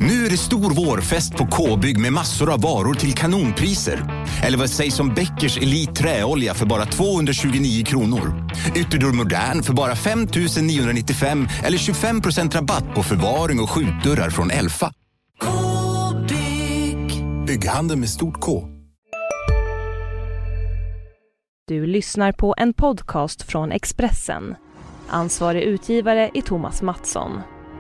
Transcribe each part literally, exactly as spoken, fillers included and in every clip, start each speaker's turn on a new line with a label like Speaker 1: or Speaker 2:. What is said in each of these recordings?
Speaker 1: Nu är det stor vårfest på K-bygg med massor av varor till kanonpriser. Eller vad sägs om Bäckers Elite träolja för bara tvåhundratjugonio kronor. Ytterdörr Modern för bara fem tusen niohundranittiofem eller tjugofem procent rabatt på förvaring och skjutdörrar från Elfa. K-bygg. Bygghandel med stort K.
Speaker 2: Du lyssnar på en podcast från Expressen. Ansvarig utgivare är Thomas Mattsson.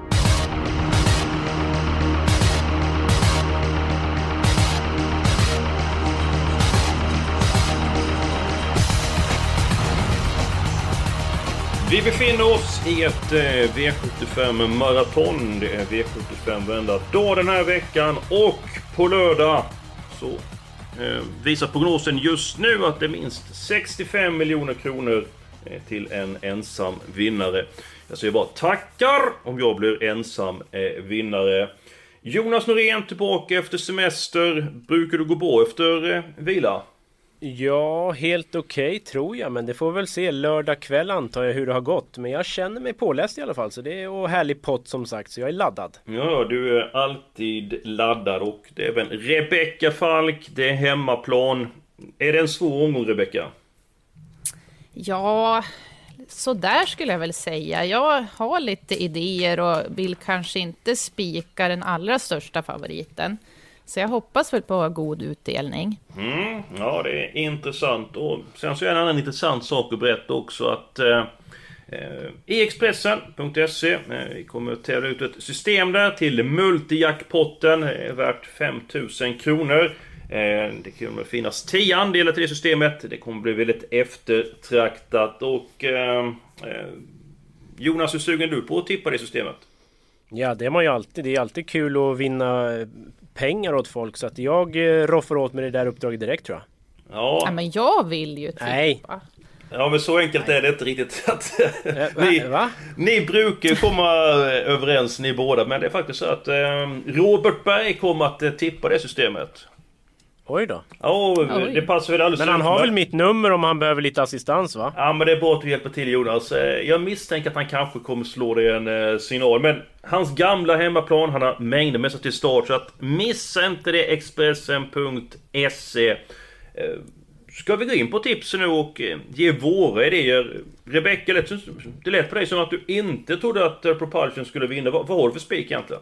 Speaker 3: Vi befinner oss i ett eh, V sjuttiofem-maraton. Det är V sjuttiofem vända dag den här veckan. Och på lördag så eh, visar prognosen just nu att det är minst sextiofem miljoner kronor eh, till en ensam vinnare. Jag säger bara tackar om jag blir ensam eh, vinnare. Jonas Norén tillbaka efter semester. Brukar du gå bra efter eh, vila?
Speaker 4: Ja, helt okej okay, tror jag. Men det får väl se lördag kväll antar jag hur det har gått. Men jag känner mig påläst i alla fall. Så det är och härlig pott som sagt. Så jag är laddad.
Speaker 3: Ja, du är alltid laddad. Och det är även Rebecka Falk. Det är hemmaplan. Är det en svår omgång, Rebecka?
Speaker 5: Ja, så där skulle jag väl säga. Jag har lite idéer och vill kanske inte spika den allra största favoriten. Så jag hoppas väl på god utdelning.
Speaker 3: Mm, ja, det är intressant. Och sen så är det en annan intressant sak att berätta också. Att eh, i Expressen punkt se eh, vi kommer att tävla ut ett system där till multijackpotten. Eh, värt fem tusen kronor. Eh, det kommer finnas tio andelar till det systemet. Det kommer bli väldigt eftertraktat. Och eh, eh, Jonas, hur sugen du på att tippa det systemet?
Speaker 4: Ja, det är man ju alltid. Det är alltid kul att vinna pengar åt folk. Så att jag roffar åt med det där uppdraget direkt, tror jag.
Speaker 3: Ja,
Speaker 5: ja men jag vill ju tippa.
Speaker 4: Nej.
Speaker 3: Ja, men så enkelt är det inte riktigt. Att
Speaker 4: Va?
Speaker 3: ni,
Speaker 4: Va?
Speaker 3: ni brukar komma överens, ni båda. Men det är faktiskt så att eh, Robert Berg kommer att eh, tippa det systemet.
Speaker 4: Oj då.
Speaker 3: Ja,
Speaker 5: Oj.
Speaker 3: det passar väl alldeles.
Speaker 4: Men han har
Speaker 3: utmärkt.
Speaker 4: väl mitt nummer om han behöver lite assistans, va?
Speaker 3: Ja, men det är bra att du hjälper till, Jonas. Eh, Jag misstänker att han kanske kommer slå dig en eh, signal. Men hans gamla hemmaplan, han har mängder med sig till start. Så att missa inte det, Expressen punkt se. eh, Ska vi gå in på tipsen nu och eh, ge våra idéer? Rebecka, det lät på dig som att du inte trodde att eh, Propulsion skulle vinna. Vad, vad har du för spik egentligen?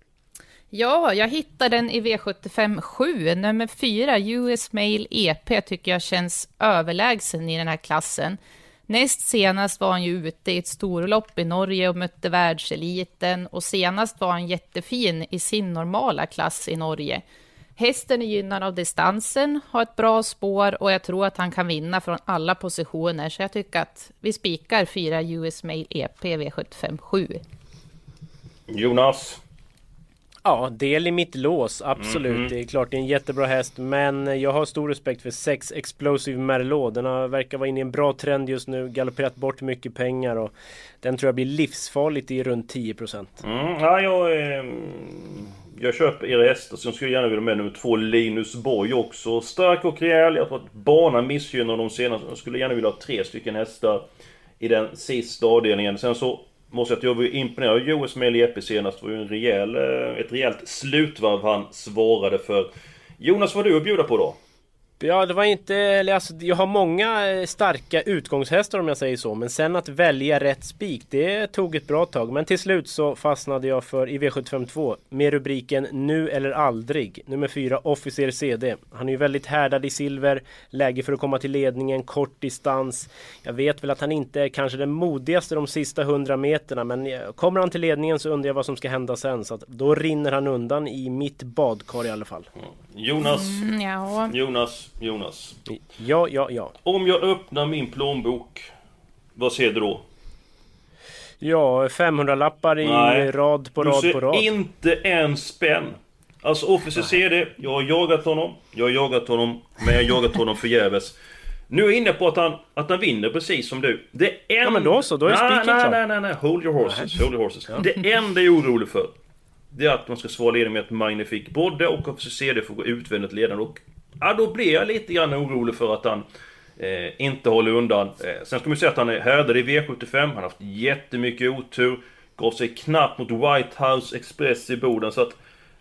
Speaker 5: Ja, jag hittade den i V sjuttiofem sju. Nummer fyra, U S Mail E P, tycker jag känns överlägsen i den här klassen. Näst senast var han ju ute i ett storlopp i Norge och mötte världseliten. Och senast var han jättefin i sin normala klass i Norge. Hästen är gynnad av distansen, har ett bra spår och jag tror att han kan vinna från alla positioner. Så jag tycker att vi spikar fyra U S Mail E P V sjuttiofem sju.
Speaker 3: Jonas?
Speaker 4: Ja, del i mitt lås, absolut.
Speaker 3: Mm-hmm.
Speaker 4: Det är klart det är en jättebra häst. Men jag har stor respekt för sex Explosive Merlot. Den har, verkar vara inne i en bra trend just nu. Galopperat bort mycket pengar. Och den tror jag blir livsfarligt i runt tio procent.
Speaker 3: Mm, ja, jag, eh, jag köper era hästar. Så jag skulle gärna vilja med nummer två, Linus Borg också. Stark och rejäl. Jag tror att banan missgynnar de senaste. Jag skulle gärna vilja ha tre stycken hästar i den sista avdelningen. Sen så måste jag att jag var imponerad. U S Mail E P senast var ju en rejäl, ett rejält slutvarv han svarade för. Jonas, vad du att bjuda på då?
Speaker 4: Ja, det var inte... Alltså, jag har många starka utgångshästar om jag säger så. Men sen att välja rätt spik, det tog ett bra tag. Men till slut så fastnade jag för i V sjuttiofem två med rubriken Nu eller aldrig. Nummer fyra, Officer C D. Han är ju väldigt härdad i silver. Läge för att komma till ledningen, kort distans. Jag vet väl att han inte är kanske den modigaste de sista hundra meterna. Men kommer han till ledningen så undrar jag vad som ska hända sen. Så att då rinner han undan i mitt badkar i alla fall.
Speaker 3: Mm. Jonas,
Speaker 5: Mm, ja.
Speaker 3: Jonas, Jonas.
Speaker 4: Ja, ja, ja.
Speaker 3: Om jag öppnar min plånbok, vad ser du då?
Speaker 4: Ja, femhundra lappar i
Speaker 3: Nej,
Speaker 4: rad på
Speaker 3: du
Speaker 4: rad
Speaker 3: ser
Speaker 4: på rad.
Speaker 3: inte en spänn. Alltså Officer C D, jag har jagat honom. Jag har jagat honom, men jag har jagat honom förgäves. Nu är jag inne på att han, att han vinner precis som du. Det enda...
Speaker 4: Ja, men då så, då är
Speaker 3: nej,
Speaker 4: spiken
Speaker 3: nej,
Speaker 4: klar.
Speaker 3: nej, nej, nej, hold your horses, hold your horses. Ja. Det enda jag är orolig för, det är att man ska svara ledning med ett Magnifique Bodde och Officer C D får gå utvändigt ledande. Och ja, då blir jag lite grann orolig för att han eh, inte håller undan. Eh, sen ska man säga att han är härdad i V sjuttiofem. Han har haft jättemycket otur. Gav sig knappt mot White House Express i Boden. Så att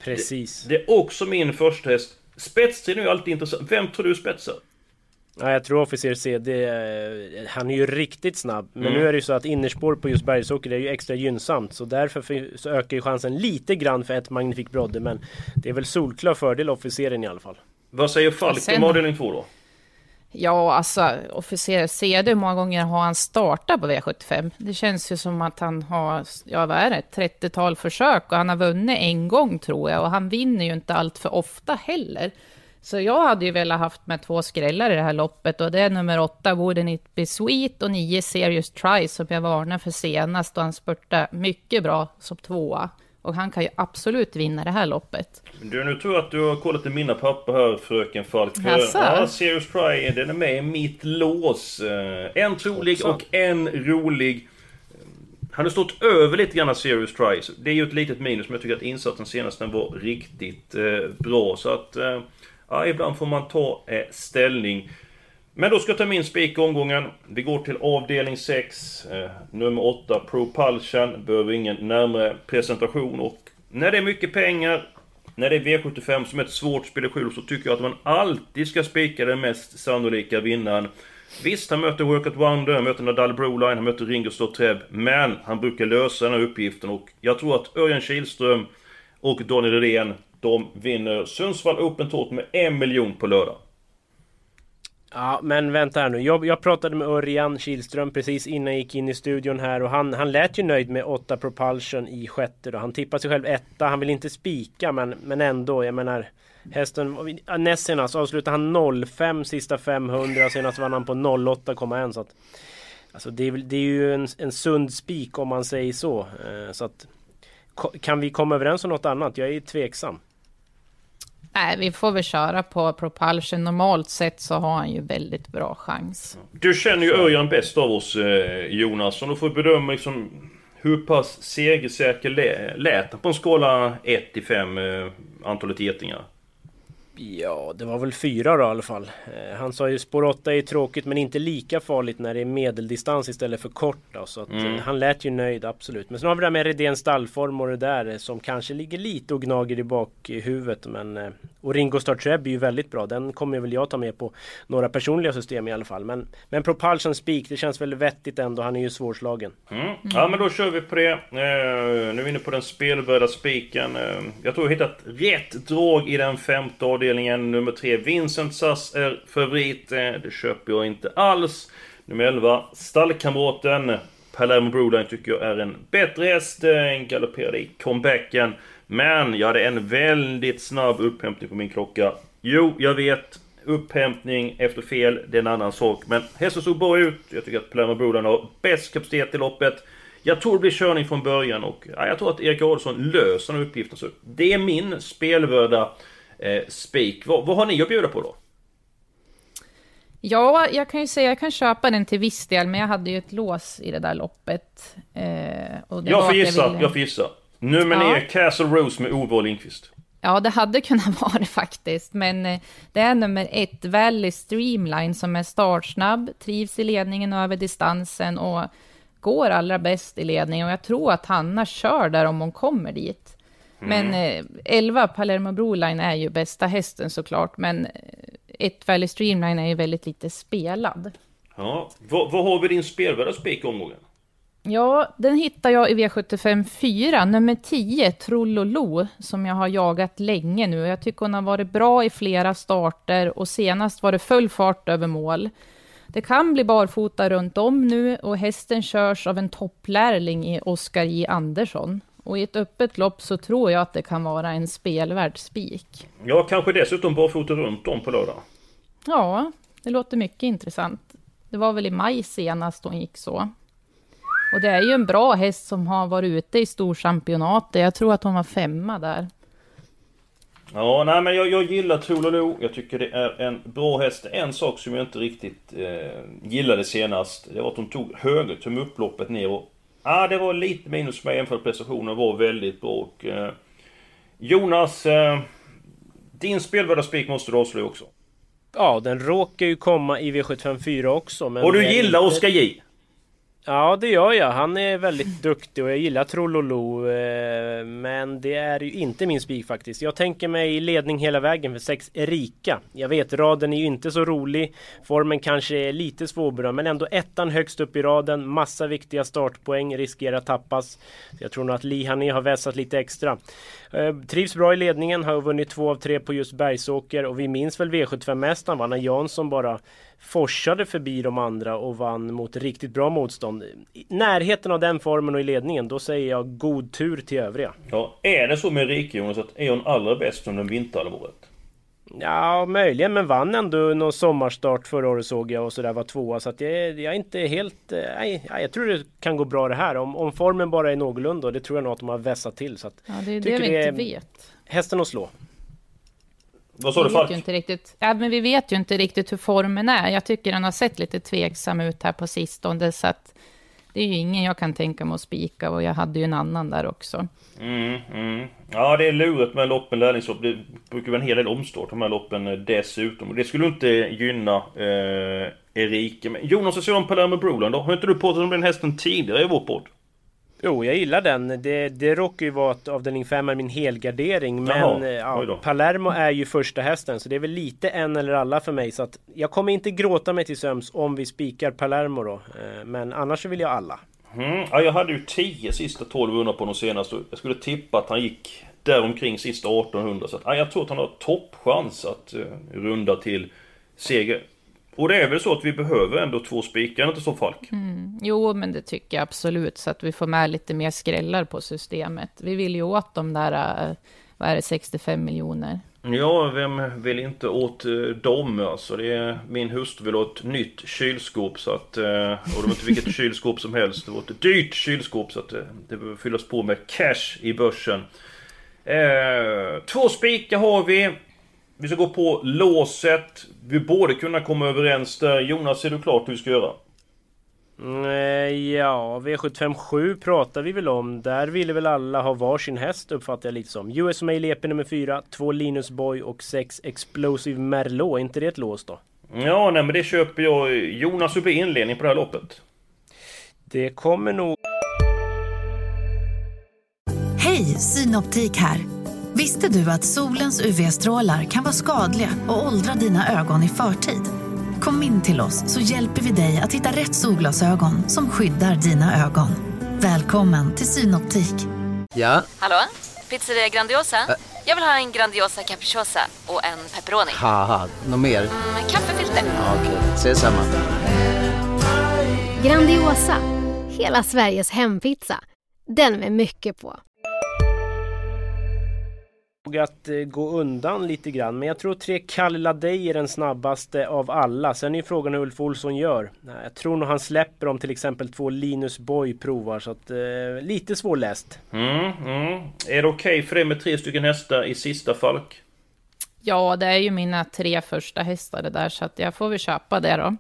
Speaker 4: Precis.
Speaker 3: Det, det är också min första häst. Spetstiden är ju alltid intressant. Vem tror du spetsar?
Speaker 4: Ja, jag tror Officer C D, han är ju riktigt snabb. Men
Speaker 3: Mm.
Speaker 4: nu är det ju så att innerspår på just Bergsåker är ju extra gynnsamt. Så därför för, så ökar ju chansen lite grann för ett Magnifik Brodde. Men det är väl solklar fördel Officeren i alla fall.
Speaker 3: Vad säger Falk
Speaker 5: Sen-
Speaker 3: om avdelning två då?
Speaker 5: Ja, alltså officer C D, hur många gånger har han startat på V sjuttiofem? Det känns ju som att han har, ja vad är det, trettiotal försök och han har vunnit en gång tror jag. Och han vinner ju inte allt för ofta heller. Så jag hade ju velat haft med två skrällar i det här loppet och det är nummer åtta, Wouldn't It Be Sweet och nio Serious Try som jag varnade för senast och han spurtade mycket bra som tvåa. Och han kan ju absolut vinna det här loppet.
Speaker 3: Du, nu tror jag att du har kollat i mina papper här, fröken Falk. För,
Speaker 5: Jaså?
Speaker 3: ja, Serious Try, den är med i mitt lås. Eh, En trolig
Speaker 4: Också.
Speaker 3: och en rolig. Han har stått över lite grann Serious Try. Så det är ju ett litet minus, men jag tycker att insatsen senast den var riktigt eh, bra. Så att, eh, ja, ibland får man ta eh, ställning. Men då ska jag ta min spik i omgången. Vi går till avdelning sex, eh, nummer åtta, Propulsion. Behöver ingen närmare presentation. Och när det är mycket pengar, när det är V sjuttiofem som är ett svårt spel i skjul, så tycker jag att man alltid ska spika den mest sannolika vinnaren. Visst, han möter Work at Wonder, han möter Nadal Broline, han möter Ringo Starr Treb, men han brukar lösa den här uppgiften. Och jag tror att Örjan Kihlström och Daniel Redén, de vinner Sundsvall Open Tour med en miljon på lördag.
Speaker 4: Ja, men vänta här nu. Jag, jag pratade med Örjan Kihlström precis innan jag gick in i studion här och han, han lät ju nöjd med åtta Propulsion i sjätte då. Han tippar sig själv etta, han vill inte spika men, men ändå, jag menar hästen, näst senast avslutade han noll fem sista femhundra, senast vann han på noll åtta komma ett så att alltså det är, det är ju en, en sund spik om man säger så. Eh, så att kan vi komma överens om något annat? Jag är tveksam.
Speaker 5: Nej, vi får väl köra på Propulsion. Normalt sett så har han ju väldigt bra chans.
Speaker 3: Du känner ju Örjan bäst av oss, eh, Jonas, och då får vi bedöma liksom hur pass segersäker lä- lät han på en skala ett till fem, eh, antalet getingar.
Speaker 4: Ja, det var väl fyra då i alla fall. Eh, han sa ju spår åtta är tråkigt men inte lika farligt när det är medeldistans istället för kort då, så att,
Speaker 3: Mm.
Speaker 4: eh, han lät ju nöjd, absolut. Men sen har vi det där med Redéns stallform och det där eh, som kanske ligger lite och gnager i bak i huvudet. Men, eh, och Ringo Starr Treb är ju väldigt bra. Den kommer väl jag ta med på några personliga system i alla fall. Men, men Propulsion Speak, det känns väl vettigt ändå. Han är ju svårslagen.
Speaker 3: Mm. Ja, men då kör vi på det. Eh, nu är vi inne på den spelvärda spiken. Eh, jag tror jag hittat rätt drag i den femte avdelningen. Nummer tre, Vincent Sass är favorit. Eh, det köper jag inte alls. Nummer elva, Stallkamraten. Palermo Broline tycker jag är en bättre häst. En galopperade i comebacken. Men jag hade en väldigt snabb upphämtning på min klocka. Jo, jag vet. Upphämtning efter fel, det är en annan sak. Men hästen såg bra ut. Jag tycker att Palermo Broline har bäst kapacitet i loppet. Jag tror det blir körning från början. Och ja, jag tror att Erik Adolfsson löser den uppgiften. Så det är min spelvärda eh, spik. Vad, vad har ni att bjuda på då?
Speaker 5: Ja, jag kan ju säga jag kan köpa den till viss del, men jag hade ju ett lås i det där loppet. Eh, och det
Speaker 3: Jag
Speaker 5: var
Speaker 3: får
Speaker 5: att
Speaker 3: gissa,
Speaker 5: ville-
Speaker 3: jag får gissa. Nummer
Speaker 5: Ja.
Speaker 3: nio, Castle Rose med Ove och Lindqvist.
Speaker 5: Ja, det hade kunnat vara det faktiskt, men eh, det är nummer ett, Valley Streamline, som är startsnabb, trivs i ledningen och över distansen och går allra bäst i ledningen. Och jag tror att Hanna kör där om hon kommer dit. Men eh, elva Palermo Broline är ju bästa hästen såklart, men eh, ett Valley Streamline är ju väldigt lite spelad.
Speaker 3: Ja, vad, vad har vi din spelvärda spik omgången?
Speaker 5: Ja, den hittar jag i V sjuttiofem fyra, nummer tio, Trollolo, som jag har jagat länge nu. Jag tycker hon har varit bra i flera starter och senast var det full fart över mål. Det kan bli barfota runt om nu och hästen körs av en topplärling i Oskar J. Andersson. Och i ett öppet lopp så tror jag att det kan vara en spelvärd spik.
Speaker 3: Ja, kanske dessutom barfota runt om på lördag.
Speaker 5: Ja, det låter mycket intressant. Det var väl i maj senast hon gick så. Och det är ju en bra häst som har varit ute i storchampionatet. Jag tror att hon var femma där.
Speaker 3: Ja, nej men jag, jag gillar Trololo. Jag tycker det är en bra häst. En sak som jag inte riktigt eh, gillade senast, det var att hon tog högertum upploppet ner. Och, ah, det var lite minus med jämfört med prestationen var väldigt bra. Och, eh, Jonas, eh, din spelvärda spik måste du avslöja också.
Speaker 4: Ja, den råkar ju komma i V sjuttiofem fyra också. Men
Speaker 3: Och du
Speaker 4: det är
Speaker 3: gillar
Speaker 4: inte-
Speaker 3: Oskar J.
Speaker 4: Ja, det gör jag. Han är väldigt duktig och jag gillar Trololo. Men det är ju inte min spik faktiskt. Jag tänker mig ledning hela vägen för sex Erika. Jag vet, raden är ju inte så rolig. Formen kanske är lite svårberömd, men ändå ettan högst upp i raden. Massa viktiga startpoäng, riskerar att tappas. Jag tror nog att Lihani har vässat lite extra. Trivs bra i ledningen, har vunnit två av tre på just Bergsåker. Och vi minns väl V sjuttiofem-mästaren, va? När Jansson bara forsade förbi de andra och vann mot riktigt bra motstånd. I närheten av den formen och i ledningen, då säger jag god tur till övriga.
Speaker 3: Ja, är det så med Erika, Jonas, att är hon allra bäst som den vinterhalvåret?
Speaker 4: Ja, möjligen, men vann ändå någon sommarstart förra året såg jag och sådär, var tvåa. Så att jag, jag är inte helt... Nej, jag tror det kan gå bra det här. Om, om formen bara är någorlunda, och det tror jag nog att de har vässat till. Så att,
Speaker 5: ja, det är det vi inte vet.
Speaker 4: Hästen att slå.
Speaker 3: Vad sa du, Falk?
Speaker 5: Inte riktigt, ja, men vi vet ju inte riktigt hur formen är. Jag tycker den har sett lite tveksam ut här på sistone, så att det är ju ingen jag kan tänka mig att spika, och jag hade ju en annan där också.
Speaker 3: Mm, mm. Ja, det är luret med loppen, lärlingslopp. Det brukar vara en hel del omstart de här loppen dessutom. Och det skulle inte gynna eh, Erika. Men Jonas, jag ser om Palermo Broland då. Har inte du pratat om den hästen tidigare i vår podd?
Speaker 4: Jo, jag gillar den. Det, det råkar ju vara att avdelning fem är min helgardering. Men
Speaker 3: Jaha,
Speaker 4: ja, Palermo är ju första hästen, så det är väl lite en eller alla för mig. Så att jag kommer inte gråta mig till söms om vi spikar Palermo då. Men annars vill jag alla.
Speaker 3: Mm. Ja, jag hade ju tio sista tolv hundra på de senaste. Jag skulle tippa att han gick där omkring sista arton hundra. Så att, ja, jag tror att han har toppchans att uh, runda till seger. Och det är väl så att vi behöver ändå två spikar, inte så, Falk?
Speaker 5: Mm. Jo, men det tycker jag absolut, så att vi får med lite mer skrällar på systemet. Vi vill ju åt de där, vad är det, sextiofem miljoner.
Speaker 3: Ja, vem vill inte åt uh, dem? Alltså, det är, min hustru vill ha ett nytt kylskåp, så att, uh, och det var inte vilket kylskåp som helst. Det var ett dyrt kylskåp, så att uh, det behöver fyllas på med cash i börsen. Uh, två spikar har vi. Vi ska gå på låset. Vi borde kunna komma överens där. Jonas, är du klart hur vi ska göra?
Speaker 4: Mm, ja, V sjuttiofem sju pratar vi väl om. Där ville väl alla ha varsin häst, uppfattar jag lite som. U S Mail E P nummer fyra, två Linus Boy och sex Explosive Merlot. Är inte det ett lås då?
Speaker 3: Ja, nej, men det köper jag. Jonas, hur blir inledning på det här loppet?
Speaker 4: Det kommer nog...
Speaker 6: Hej, Synoptik här. Visste du att solens U V-strålar kan vara skadliga och åldra dina ögon i förtid? Kom in till oss så hjälper vi dig att hitta rätt solglasögon som skyddar dina ögon. Välkommen till Synoptik.
Speaker 7: Ja?
Speaker 8: Hallå? Pizzeria Grandiosa? Ä Jag vill ha en Grandiosa capriciosa och en pepperoni.
Speaker 7: Haha, något mer?
Speaker 8: Mm, kaffefilter.
Speaker 7: Ja, okej, okay. Ses samma.
Speaker 9: Grandiosa, hela Sveriges hempizza. Den med mycket på.
Speaker 4: Att eh, gå undan lite grann, men jag tror tre Kalle Day är den snabbaste av alla. Sen är ju frågan hur Ulf Olsson gör. Jag tror nog han släpper om till exempel två Linus Boy provar, så att eh, lite svårläst.
Speaker 3: Mm, mm. Är det okej okay för dig med tre stycken hästar i sista, Falk?
Speaker 5: Ja, det är ju mina tre första hästar det där, så att jag får väl köpa det då.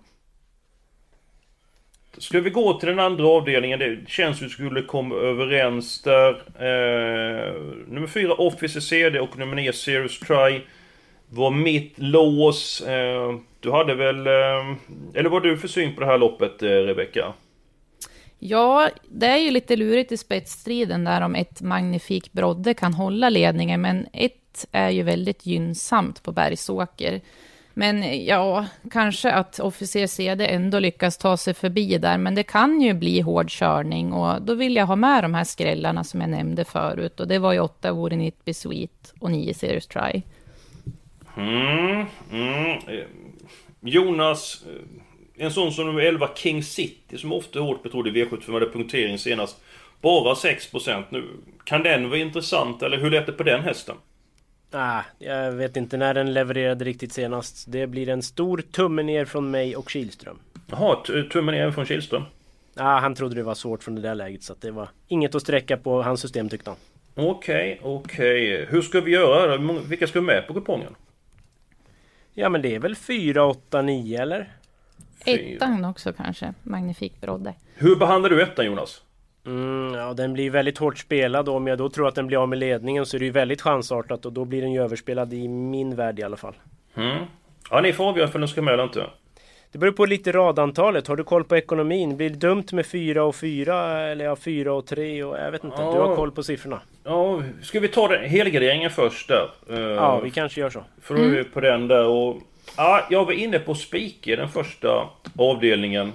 Speaker 3: Ska vi gå till den andra avdelningen? Det känns som att vi skulle komma överens där. Eh, nummer fyra Officer C D och nummer nio Serious Try var mitt lås. Eh, du hade väl... Eh, eller vad du för syn på det här loppet, eh, Rebecka?
Speaker 5: Ja, det är ju lite lurigt i spetsstriden där om ett Magnifik Brodde kan hålla ledningen, men ett är ju väldigt gynnsamt på Bergsåker. Men ja, kanske att Officer C D ändå lyckas ta sig förbi där. Men det kan ju bli hård körning. Och då vill jag ha med de här skrällarna som jag nämnde förut. Och det var ju åtta Wouldn't It Be Sweet och nio Serious Try.
Speaker 3: Mm, mm. Jonas, en sån som nummer elva King City, som ofta är hårt betrodd i V sjuttiofem, hade punktering senast. Bara sex procent nu. Kan den vara intressant, eller hur lät det på den hästen?
Speaker 4: Ah, jag vet inte när den levererade riktigt senast. Det blir en stor tumme ner från mig och Kihlström.
Speaker 3: Jaha, tumme ner från Kihlström?
Speaker 4: Ah, han trodde det var svårt från det där läget, så att det var inget att sträcka på hans system, tyckte han.
Speaker 3: Okej, okay, okej. Okay. Hur ska vi göra? Vilka ska vi med på kupongen?
Speaker 4: Ja, men det är väl fyra, åtta, nio, eller?
Speaker 5: Ettan också kanske, Magnifik Brodde.
Speaker 3: Hur behandlar du ettan, Jonas?
Speaker 4: Mm, ja, den blir väldigt hårt spelad. Om jag då tror att den blir av med ledningen så är det ju väldigt chansartat. Och då blir den ju överspelad i min värld i alla fall.
Speaker 3: Mm. Ja, ni får avgöra för den ska med eller inte.
Speaker 4: Det beror på lite radantalet. Har du koll på ekonomin? Blir det dumt med fyra och fyra eller ja, fyra och tre och jag vet inte. Ja. Du har koll på siffrorna.
Speaker 3: Ja, ska vi ta den helgarderingen först där?
Speaker 4: Ja, vi kanske gör så.
Speaker 3: För då är vi på den där och ja, jag var inne på spik i den första avdelningen.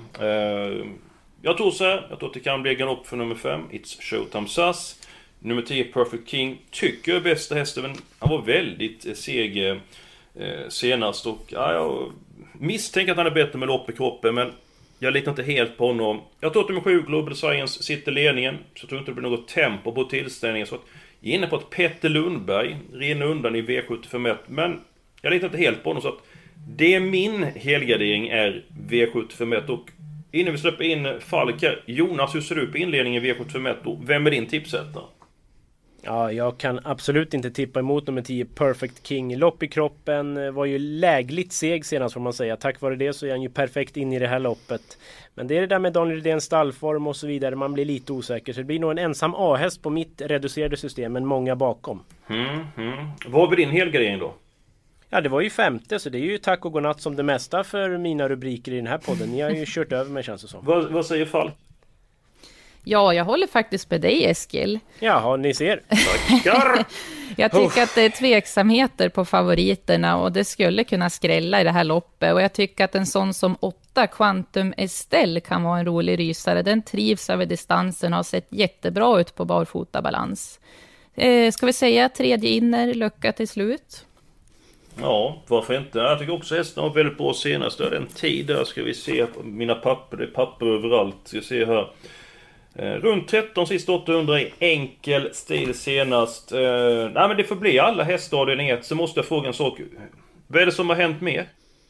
Speaker 3: Jag tror så här, jag tror att det kan bli galopp för nummer fem, It's Showtime Sass. Nummer tio, Perfect King, tycker jag är bästa hästen, men han var väldigt seg eh, senast och ja, jag misstänker att han är bättre med lopp i kroppen, men jag litar inte helt på honom. Jag tror att nummer sju, Global Science, sitter ledningen, så jag tror inte det blir något tempo på tillställningen, så att jag är inne på att Petter Lundberg rinner undan i V sjuttiofem ett, men jag litar inte helt på honom, så att det är min helgardering är V sjuttiofem ett. Och innan vi släpper in Falk här, Jonas, hur ser du på inledningen i V sjuttiofem ett och vem är din tipsättare?
Speaker 4: Ja, jag kan absolut inte tippa emot nummer tio Perfect King. Lopp i kroppen, var ju lägligt seg senast får man säga. Tack vare det så är han ju perfekt in i det här loppet. Men det är det där med Daniel Rydéns stallform och så vidare. Man blir lite osäker. Så det blir nog en ensam A-häst på mitt reducerade system, men många bakom.
Speaker 3: Mm, mm. Vad är din helgardering då?
Speaker 4: Ja, det var ju femte, så det är ju tack och godnatt som det mesta för mina rubriker i den här podden. Ni har ju kört över mig, känns det som.
Speaker 3: Vad, vad säger Fall?
Speaker 5: Ja, jag håller faktiskt med dig, Eskil.
Speaker 4: Jaha, ni ser.
Speaker 3: Tackar!
Speaker 5: Jag tycker att det är tveksamheter på favoriterna och det skulle kunna skrälla i det här loppet. Och jag tycker att en sån som åtta, Quantum Estelle, kan vara en rolig rysare. Den trivs över distansen och har sett jättebra ut på barfotabalans. Eh, ska vi säga tredje inner, lucka till slut?
Speaker 3: Ja, varför inte? Jag tycker också hästen var väldigt bra senast. Det är en tid där, ska vi se på mina papper. Det är papper överallt. Ska vi se här. Eh, runt tretton sista åttahundra i enkel stil senast. Eh, nej men det får bli alla hästavdelning ett. Så måste jag fråga en sak. Vad är det som har hänt mer?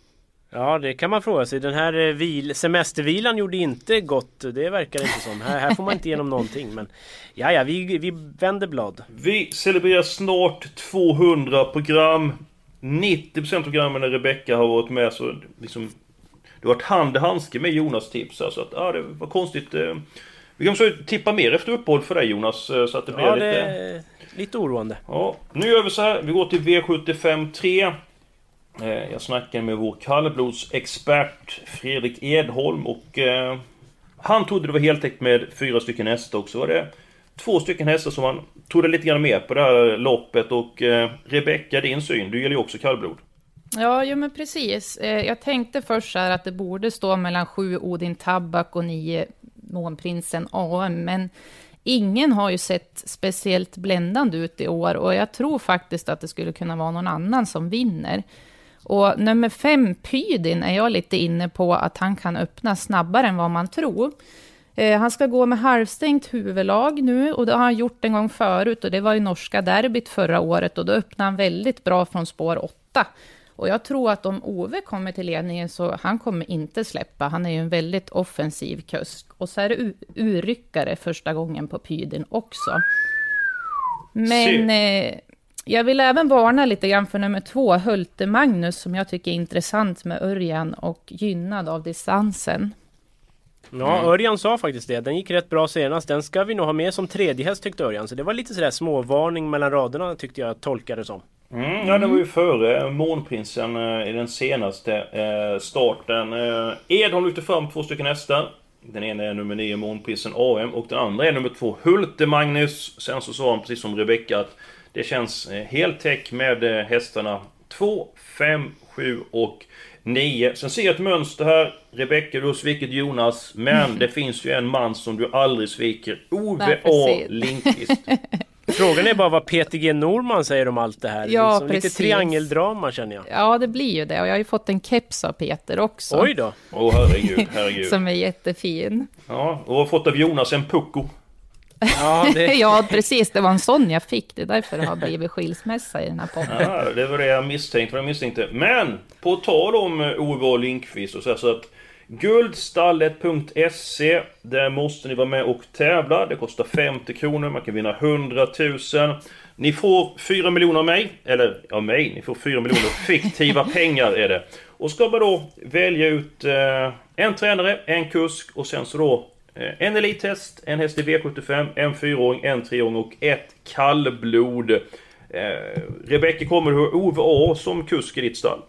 Speaker 4: Ja, det kan man fråga sig. Den här eh, vil- semestervilan gjorde inte gott. Det verkar inte som. Här, här får man inte igenom någonting. Men ja, ja, vi, vi vänder blad.
Speaker 3: Vi celebrerar snart tvåhundra program. nittio procent av programmen när Rebecca har varit med, så liksom, det har varit hand i handske med Jonas tips. Så att, ja, det var konstigt. Vi kan så tippa mer efter uppehåll för dig, Jonas, så att det blir
Speaker 4: ja,
Speaker 3: lite...
Speaker 4: det är lite oroande.
Speaker 3: Ja, nu gör vi så här. Vi går till V sjuttiofem tre. Jag snackar med vår kallblodsexpert Fredrik Edholm och eh, han trodde det var heltäckt med fyra stycken hästar, och så var det två stycken hästar som han trodde lite grann mer på det här loppet. Och eh, Rebecca, din syn, du gäller ju också kallblod.
Speaker 5: Ja, jo, men precis. Eh, jag tänkte först så här att det borde stå mellan sju Odin Tabak och nio Månprinsen A M, men ingen har ju sett speciellt bländande ut i år och jag tror faktiskt att det skulle kunna vara någon annan som vinner. Och nummer fem, Pydin, är jag lite inne på att han kan öppna snabbare än vad man tror. Eh, han ska gå med halvstängt huvudlag nu och det har han gjort en gång förut och det var i norska derbyt förra året och då öppnade han väldigt bra från spår åtta. Och jag tror att om Ove kommer till ledningen så han kommer inte släppa. Han är ju en väldigt offensiv kusk. Och så är det u- urryckare första gången på Pydin också. Men eh, jag vill även varna lite grann för nummer två, Hulte Magnus, som jag tycker är intressant med Örjan och gynnad av distansen.
Speaker 4: Ja, Örjan sa faktiskt det. Den gick rätt bra senast. Den ska vi nog ha med som tredje häst, tyckte Örjan. Så det var lite sådär småvarning mellan raderna, tyckte jag tolkade det som.
Speaker 3: Mm, ja, det var ju före Månprinsen eh, i den senaste eh, starten. Eh, Edholm lyfte fram två stycken hästar. Den ena är nummer nio, Månprinsen A M, och den andra är nummer två, Hulte Magnus. Sen så sa han, precis som Rebecca, att det känns eh, helt täck med eh, hästarna två, fem, sju och nio. Sen ser jag ett mönster här. Rebecca, du har svikit Jonas, men mm. det finns ju en man som du aldrig sviker. Ove A. Lindqvist.
Speaker 4: Frågan är bara vad Peter G. Norman säger om allt det här.
Speaker 5: Ja,
Speaker 4: liksom
Speaker 5: precis.
Speaker 4: Lite triangeldrama, känner jag.
Speaker 5: Ja, det blir ju det. Och jag har ju fått en keps av Peter också.
Speaker 4: Oj då.
Speaker 3: Åh, oh, herregud, herregud.
Speaker 5: Som är jättefin.
Speaker 3: Ja, och har fått av Jonas en pucko.
Speaker 4: Ja, det...
Speaker 5: ja, precis. Det var en sån jag fick. Det är därför det har blivit skilsmässa i den här podden.
Speaker 3: Ja, det var det jag misstänkte. Vad jag misstänkte. Men, på tal om Ove A. Lindqvist och så, här, så att guldstallet punkt se, där måste ni vara med och tävla. Det kostar femtio kronor, man kan vinna hundratusen. Ni får fyra miljoner av mig, eller av mig, ni får fyra miljoner fiktiva pengar är det. Och ska man då välja ut eh, en tränare, en kusk och sen så då eh, en elithäst, en häst i V sjuttiofem, en fyraåring, en treåring och ett kallblod. eh, Rebecca, kommer du ha Ove A. som kusk i ditt stall?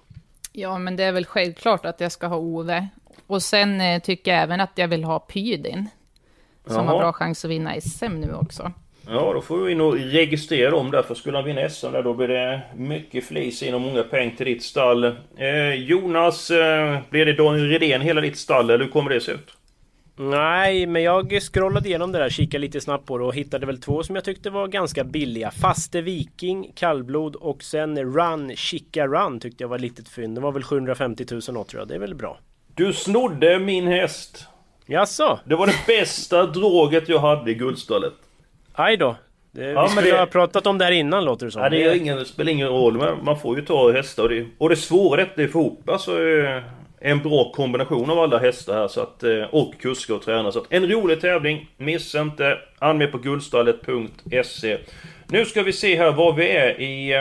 Speaker 5: Ja, men det är väl självklart att jag ska ha Ove. Och sen eh, tycker jag även att jag vill ha Pydin. Som Jaha. har bra chans att vinna S M nu också.
Speaker 3: Ja, då får vi in och registrera dem där. För skulle han vinna S M där, då blir det mycket flis in och många pengar till ditt stall. Eh, Jonas, eh, blir det Daniel Redén hela ditt stall, eller hur kommer det se ut?
Speaker 4: Nej, men jag scrollade igenom det där, kikade lite snabbt på det och hittade väl två som jag tyckte var ganska billiga. Faste Viking, Kallblod och sen Run, Chica Run tyckte jag var ett litet fynd. Det var väl sjuhundrafemtio tusen något, tror jag. Det är väl bra.
Speaker 3: Du snodde min häst.
Speaker 4: Jaså?
Speaker 3: Det var det bästa droget jag hade i guldstallet.
Speaker 4: Aj då. Det, ja, vi skulle det... ha pratat om det här innan, låter det som.
Speaker 3: Ja, det, är ingen, det spelar ingen roll, men man får ju ta hästar. Och det, och det svåra är att få ihop alltså, en bra kombination av alla hästar här. Så att, och kuskar och tränare. Så att en rolig tävling, missa inte. Anmäl på guldstallet punkt se. Nu ska vi se här vad vi är i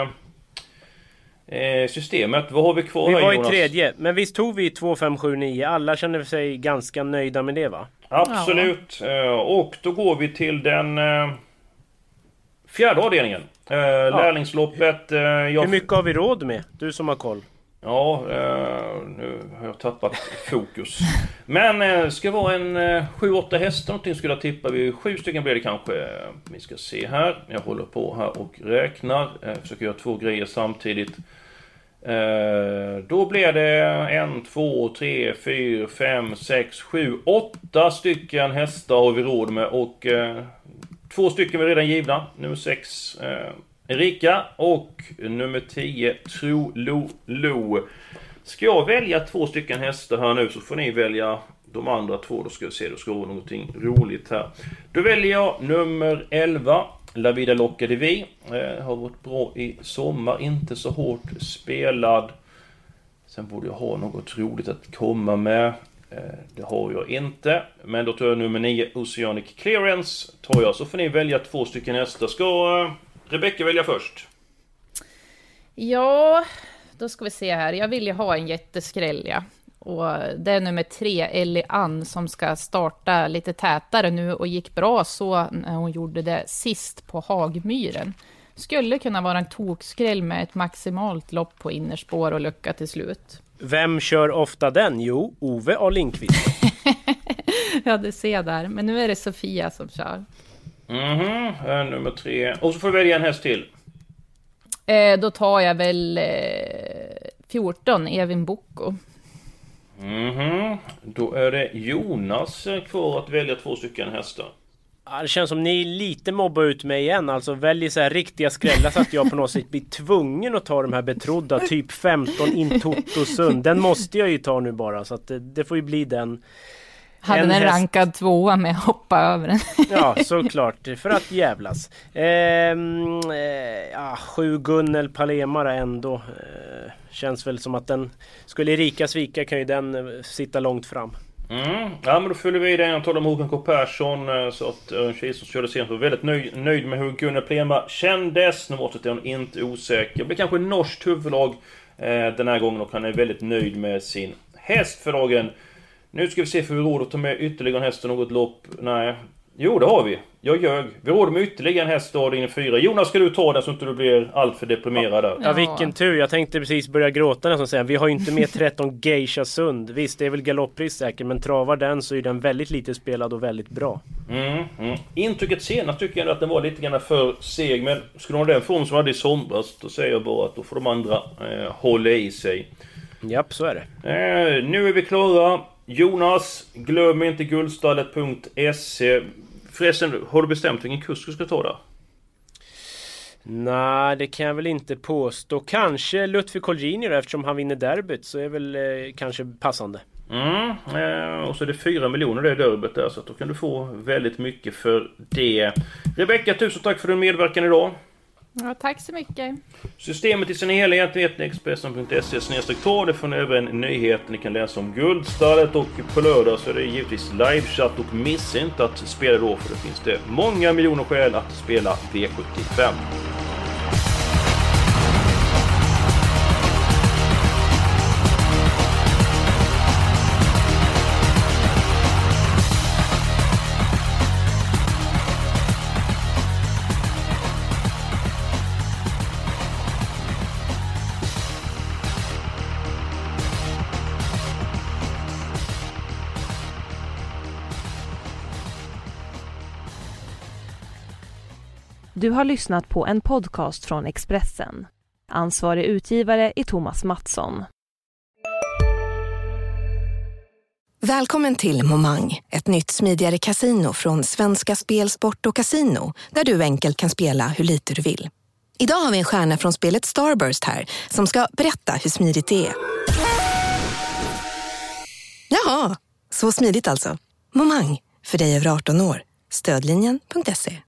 Speaker 3: eh, systemet. Vad har vi kvar
Speaker 4: vi
Speaker 3: här,
Speaker 4: var
Speaker 3: Jonas?
Speaker 4: I tredje, men visst tog vi två fem sju nio. Alla känner sig ganska nöjda med det, va?
Speaker 3: Absolut. Ja. Och då går vi till den eh, fjärde avdelningen. Eh, ja. Lärlingsloppet. Eh, jag...
Speaker 4: Hur mycket har vi råd med? Du som har koll.
Speaker 3: Ja, eh, nu har jag tappat fokus. Men eh, ska vara en eh, sju åtta hästar någonting skulle jag tippa. Vi sju stycken blir det kanske. Vi ska se här. Jag håller på här och räknar. Jag försöker göra två grejer samtidigt. Eh, då blir det en, två, tre, fyra, fem, sex, sju, åtta stycken hästar har vi råd med. Och eh, två stycken är redan givna. Nummer sex eh, Erika och nummer tio Tro Lo Lo. Ska jag välja två stycken hästar här nu, så får ni välja de andra två. Då ska jag se, då ska det vara någonting roligt här. Då väljer jag nummer elva La Vida Loca de Vi. eh, Har varit bra i sommar, inte så hårt spelad. Sen borde jag ha något roligt att komma med. eh, Det har jag inte. Men då tar jag nummer nio Oceanic Clearance. Tar jag, så får ni välja två stycken hästar. Ska eh, Rebecca välja först?
Speaker 5: Ja, då ska vi se här. Jag vill ju ha en jätteskräll, ja. Och det är nummer tre, Ellie Ann, som ska starta lite tätare nu och gick bra så när hon gjorde det sist på Hagmyren. Skulle kunna vara en tokskräll med ett maximalt lopp på innerspår och lucka till slut.
Speaker 4: Vem kör ofta den? Jo, Ove A. Lindqvist.
Speaker 5: Ja, det ser jag där. Men nu är det Sofia som kör.
Speaker 3: Mhm, nummer tre. Och så får du välja en häst till.
Speaker 5: Eh, då tar jag väl eh, fjorton, Evin Bocco.
Speaker 3: Mhm, då är det Jonas kvar att välja två stycken hästar.
Speaker 4: Ja, det känns som ni lite mobbar ut mig igen. Alltså väljer så här riktiga skrällar så att jag på något sätt blir tvungen att ta de här betrodda. Typ femton in Totosund. Den måste jag ju ta nu bara. Så att det, det får ju bli den.
Speaker 5: Hade en, en häst... rankad tvåa med att hoppa över den.
Speaker 4: Ja, såklart. För att jävlas. Ehm, eh, ja, sju Gunnel Palemara ändå. Eh, känns väl som att den skulle Erika svika, kan ju den eh, sitta långt fram.
Speaker 3: Mm. Ja, men då följer vi den. Jag talar om Håkan K. Persson. Så att en tjej som körde senast var väldigt nöjd, nöjd med hur Gunnel Palemara kändes. Nu måste hon inte osäker. Det blir kanske norskt huvudlag eh, den här gången. Och han är väldigt nöjd med sin häst för dagen. Nu ska vi se för vi råd att ta med ytterligare en häst och något lopp. Nej. Jo, det har vi. Jag ljög. Vi råd med ytterligare en häst och in fyra. Jonas, ska du ta den så inte du blir allt för deprimerad där?
Speaker 4: Ja, vilken tur. Jag tänkte precis börja gråta nästan säga. Vi har ju inte med tretton Geisha Sund. Visst, det är väl galopppris säkert. Men travar den så är den väldigt lite spelad och väldigt bra.
Speaker 3: Mm, mm. Intrycket senast tycker jag att den var lite grann för seg. Men skulle de ha den form som hade i somras, då säger jag bara att då får de andra eh, hålla i sig.
Speaker 4: Japp, så är det.
Speaker 3: Eh, nu är vi klara. Jonas, glöm inte guldstallet punkt se. Förresten, har du bestämt vilken kusk du ska ta där?
Speaker 4: Nej, det kan jag väl inte påstå. Kanske Lutfi Colgjini då, eftersom han vinner derbyt, så är väl eh, kanske passande.
Speaker 3: Mm, eh, och så är det fyra miljoner det derbyt där, så att då kan du få väldigt mycket för det. Rebecca, tusen tack för din medverkan idag.
Speaker 5: Ja, tack så mycket.
Speaker 3: Systemet i sin helhet vet ni Expressen punkt se snedstreck två. Det får ni även nyheter ni kan läsa om guldstallet, och på lördag så är det givetvis livechatt, och missa inte att spela då, för det finns det många miljoner skäl att spela V sjuttiofem.
Speaker 2: Du har lyssnat på en podcast från Expressen. Ansvarig utgivare är Thomas Mattsson.
Speaker 10: Välkommen till Momang, ett nytt smidigare casino från Svenska Spel, Sport och Casino, där du enkelt kan spela hur lite du vill. Idag har vi en stjärna från spelet Starburst här som ska berätta hur smidigt det är. Jaha, så smidigt alltså. Momang, för dig över arton år. Stödlinjen punkt se.